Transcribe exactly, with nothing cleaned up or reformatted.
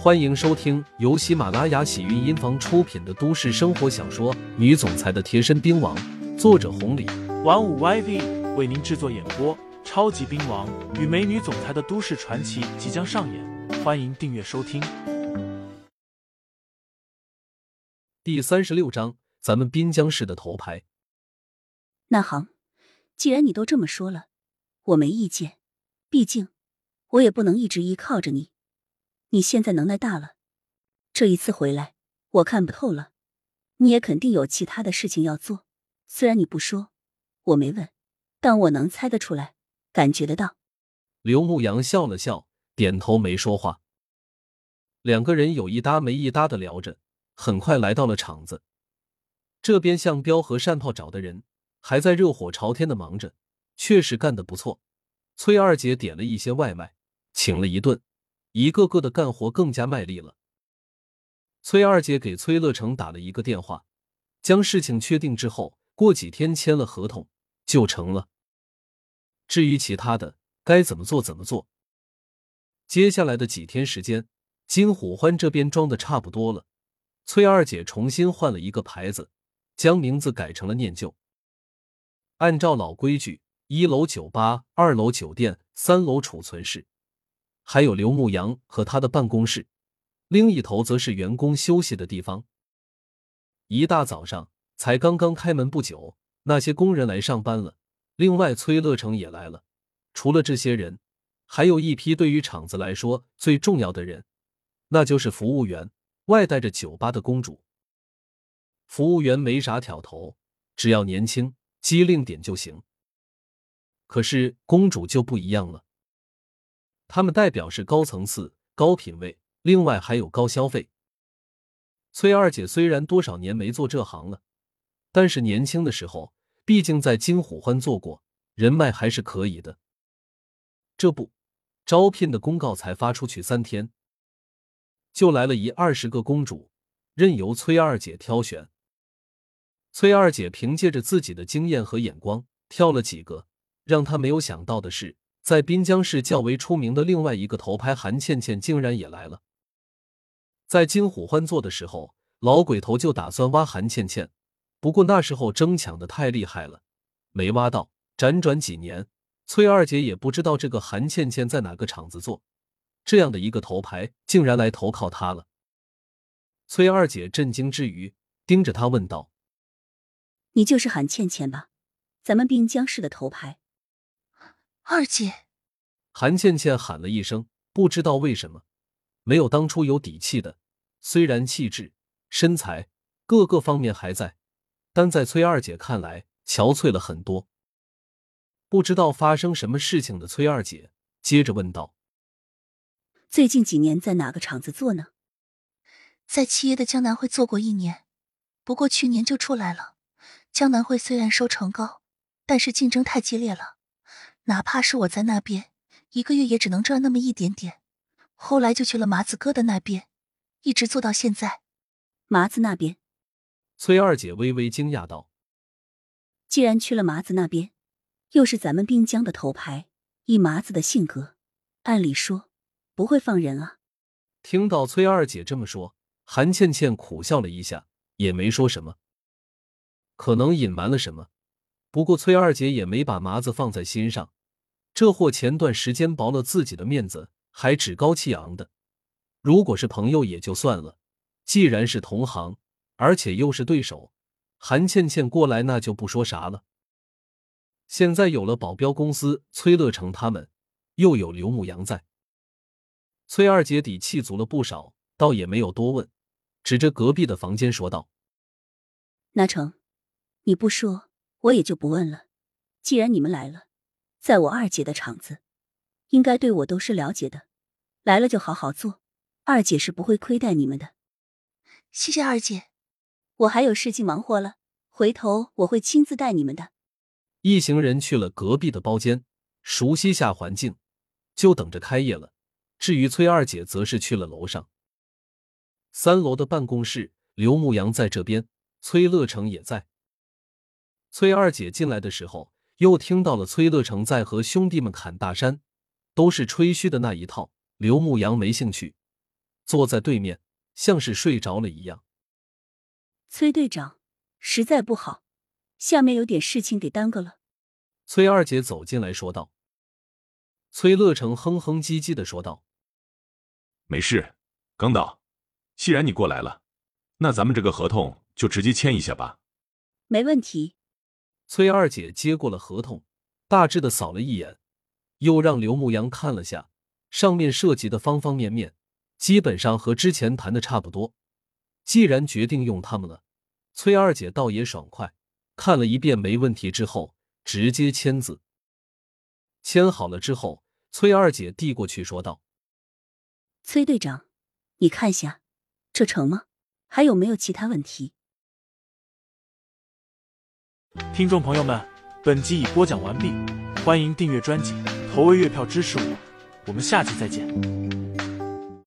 欢迎收听由喜马拉雅喜韵音房出品的都市生活小说《女总裁的贴身兵王》，作者红礼， 玩五 Y V 为您制作演播。超级兵王与美女总裁的都市传奇即将上演，欢迎订阅收听。 第三十六章，咱们滨江市的头牌。 那行，既然你都这么说了，我没意见。毕竟我也不能一直依靠着你。你现在能耐大了，这一次回来我看不透了，你也肯定有其他的事情要做。虽然你不说，我没问，但我能猜得出来，感觉得到。 刘牧阳笑了笑，点头没说话。两个人有一搭没一搭的聊着，很快来到了场子。这边向彪和单炮找的人还在热火朝天的忙着，确实干得不错。崔二姐点了一些外卖，请了一顿，一个个的干活更加卖力了。崔二姐给崔乐成打了一个电话，将事情确定之后，过几天签了合同就成了。至于其他的该怎么做怎么做。接下来的几天时间，金虎欢这边装的差不多了，崔二姐重新换了一个牌子，将名字改成了念旧。按照老规矩，一楼酒吧，二楼酒店，三楼储存室，还有刘牧阳和他的办公室，另一头则是员工休息的地方。一大早上才刚刚开门不久，那些工人来上班了，另外崔乐成也来了。除了这些人，还有一批对于厂子来说最重要的人，那就是服务员，外带着酒吧的公主。服务员没啥挑头，只要年轻机灵点就行。可是公主就不一样了，他们代表是高层次、高品位，另外还有高消费。崔二姐虽然多少年没做这行了，但是年轻的时候毕竟在金虎欢做过，人脉还是可以的。这不，招聘的公告才发出去三天，就来了一二十个公主，任由崔二姐挑选。崔二姐凭借着自己的经验和眼光挑了几个，让她没有想到的是，在滨江市较为出名的另外一个头牌韩倩倩竟然也来了。在金虎欢做的时候，老鬼头就打算挖韩倩倩，不过那时候争抢的太厉害了，没挖到。辗转几年，崔二姐也不知道这个韩倩倩在哪个厂子做，这样的一个头牌竟然来投靠她了。崔二姐震惊之余，盯着她问道： 你就是韩倩倩吧？咱们滨江市的头牌。 二姐。 韩倩倩喊了一声，不知道为什么没有当初有底气的，虽然气质、身材各个方面还在，但在崔二姐看来憔悴了很多。不知道发生什么事情的崔二姐接着问道： 最近几年在哪个厂子做呢？ 在企业的江南汇做过一年，不过去年就出来了。江南汇虽然收成高，但是竞争太激烈了，哪怕是我在那边，一个月也只能赚那么一点点。后来就去了麻子哥的那边，一直做到现在。 麻子那边？ 崔二姐微微惊讶道： 既然去了麻子那边，又是咱们滨江的头牌，以麻子的性格，按理说不会放人啊。 听到崔二姐这么说，韩倩倩苦笑了一下，也没说什么。可能隐瞒了什么，不过崔二姐也没把麻子放在心上，这货前段时间薄了自己的面子，还趾高气昂的。如果是朋友也就算了，既然是同行，而且又是对手，韩倩倩过来那就不说啥了。现在有了保镖公司崔乐成他们，又有刘牧阳在，崔二姐底气足了不少，倒也没有多问，指着隔壁的房间说道： 那成，你不说我也就不问了。既然你们来了，在我二姐的厂子，应该对我都是了解的，来了就好好做，二姐是不会亏待你们的。 谢谢二姐。 我还有事情忙活了，回头我会亲自带你们的。 一行人去了隔壁的包间，熟悉下环境，就等着开业了。至于崔二姐则是去了楼上。三楼的办公室，刘牧阳在这边，崔乐成也在。崔二姐进来的时候，又听到了崔乐成在和兄弟们侃大山，都是吹嘘的那一套，刘牧阳没兴趣， 坐在对面，像是睡着了一样。 崔队长，实在不好，下面有点事情给耽搁了。 崔二姐走进来说道。崔乐成哼哼唧唧的说道： 没事，刚到，既然你过来了，那咱们这个合同就直接签一下吧。 没问题。 崔二姐接过了合同，大致的扫了一眼，又让刘牧阳看了下，上面涉及的方方面面基本上和之前谈的差不多。既然决定用他们了，崔二姐倒也爽快，看了一遍没问题之后直接签字。签好了之后，崔二姐递过去说道： 崔队长，你看下，这成吗？还有没有其他问题？ 听众朋友们，本集已播讲完毕，欢迎订阅专辑，投喂月票支持我，我们下集再见。